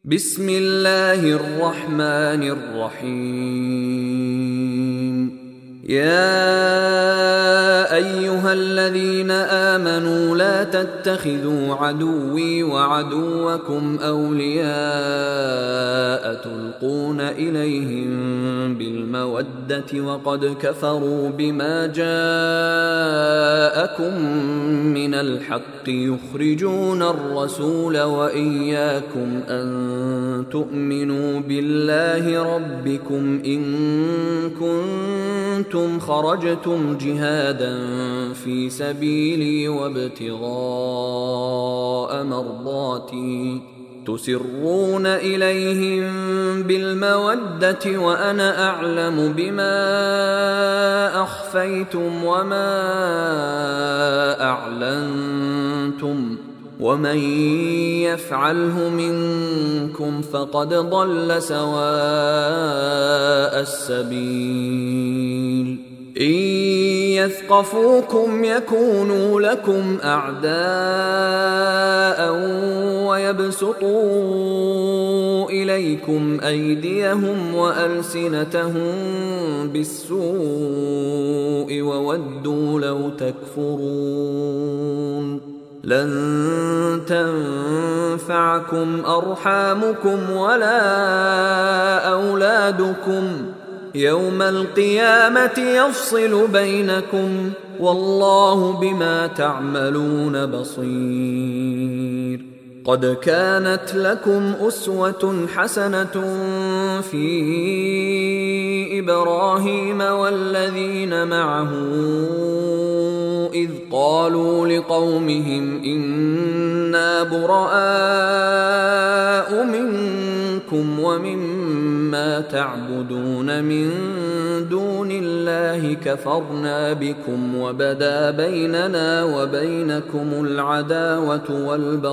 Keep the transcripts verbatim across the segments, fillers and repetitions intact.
بسم الله الرحمن الرحيم. يا أيها الذين آمنوا لا تتخذوا عدوي وعدوكم أولياء تلقون إليهم بالمودة وقد كفروا بما جاءكم من الحق يخرجون الرسول وإياكم أن تؤمنوا بالله ربكم إن كنتم خرجتم جهادا في سبيلي وابتغاء مرضاتي تسرون إليهم بالمودة وأنا أعلم بما أخفيتم وما أعلنتم ومن يفعله منكم فقد ضل سواء السبيل. إن يثقفوكم يكونوا لكم أعداء ويبسطوا إليكم أيديهم وألسنتهم بالسوء وودوا لو تكفرون. لن تنفعكم أرحامكم ولا أولادكم يوم القيامة يفصل بينكم والله بما تعملون بصير. قد كانت لكم أسوة حسنة في إبراهيم والذين معه إذ قالوا لقومهم إنا براء منكم ومما تعبدون من دون الله كفرنا بكم وبدا بيننا وبينكم العداوة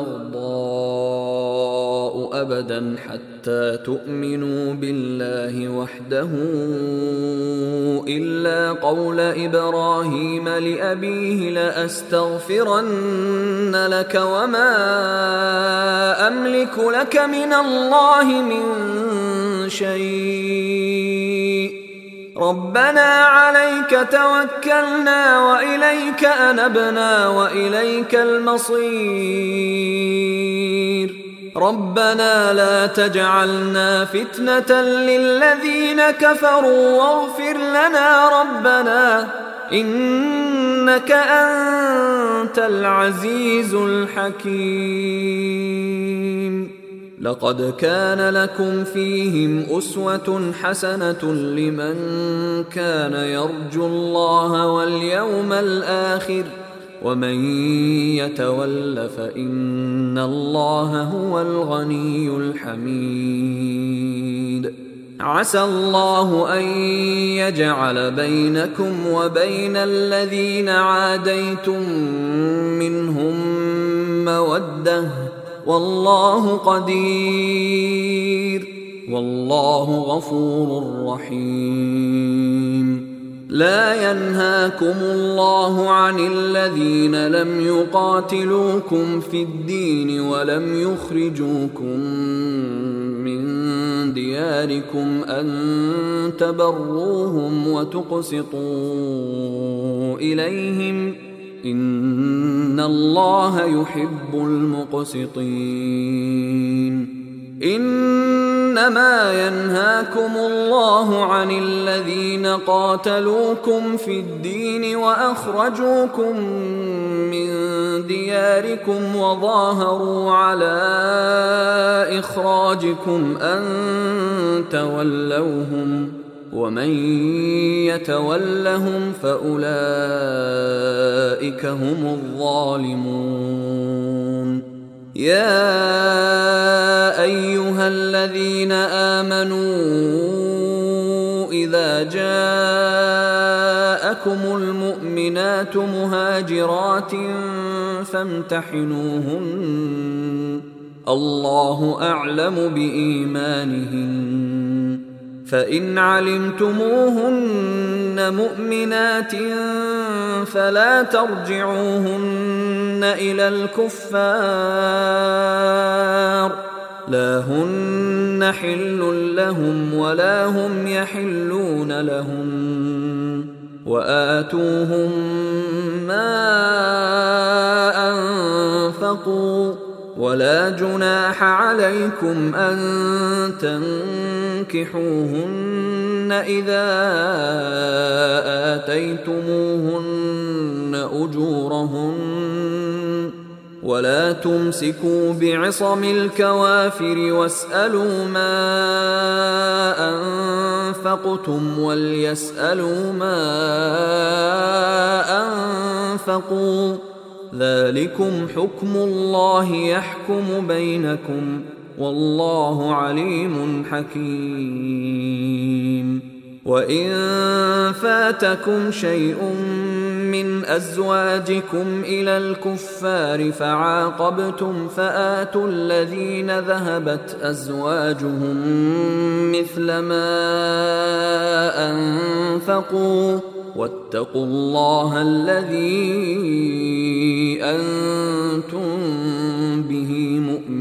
والبغضاء أبدا حتى تؤمنوا بالله وحده إلا قول إبراهيم لأبيه لأستغفرن لك وما أملك لك من الله من شيء ربنا عليك توكلنا وإليك أنبنا وإليك المصير. ربنا لا تجعلنا فتنة للذين كفروا واغفر لنا ربنا إنك أنت العزيز الحكيم. لقد كان لكم فيهم أسوة حسنة لمن كان يرجو الله واليوم الآخر ومن يتول فإن الله هو الغني الحميد. عسى الله أن يجعل بينكم وبين الذين عاديتم منهم مودة والله قدير والله غفور رحيم. لا ينهاكم الله عن الذين لم يقاتلوكم في الدين ولم يخرجوكم من دياركم أن تبروهم وتقسطوا إليهم إن الله يحب المقسطين. إنما ينهاكم الله عن الذين قاتلوكم في الدين وأخرجوكم من دياركم وظاهروا على إخراجكم أن تولوهم ومن يتولهم فأولئك هم الظالمون. يا أيها الذين آمنوا إذا جاءكم المؤمنات مهاجرات فامتحنوهن الله أعلم بإيمانهن فإن علمتموهن مؤمنات فلا ترجعوهن إلى الكفار لا هن حل لهم ولا هم يحلون لهم وآتوهم ما أنفقوا ولا جناح عليكم أن تنكحوهن إذا آتيتموهن أجورهن ولا تمسكوا بعصم الكوافر واسألوا ما أنفقتم وليسألوا ما أنفقوا ذلكم حكم الله يحكم بينكم والله عليم حكيم. وإن فاتكم شيء من أزواجكم إلى الكفار فعاقبتم فآتوا الذين ذهبت أزواجهم مثل ما أنفقوا واتقوا الله الذي أنتم به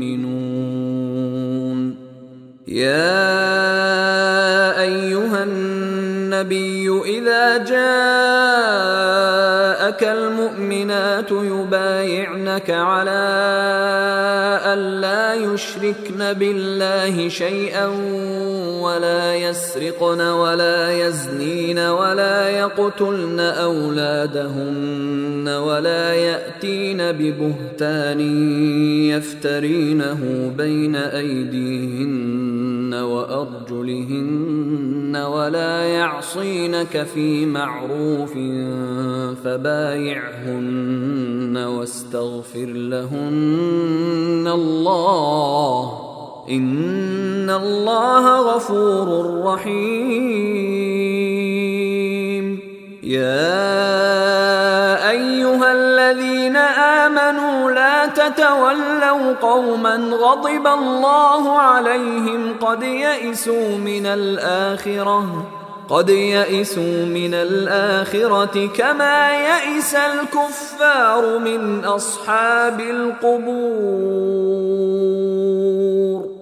مؤمنون. يا أيها النبي إذا جاءك المؤمنات يبايعنك على ألا يشركن بالله شيئا ولا يسرقن ولا يزنين ولا يقتلن أولادهن ولا يأتين ببهتان يفترينه بين أيديهن وأرجلهن ولا يعصينك في معروف فبايعهن واستغفر لهن الله إن الله غفور رحيم. يا أيها الذين آمنوا لا تتولوا قوما غضب الله عليهم قد يئسوا من الآخرة قد يئسوا من الآخرة كما يئس الكفار من أصحاب القبور.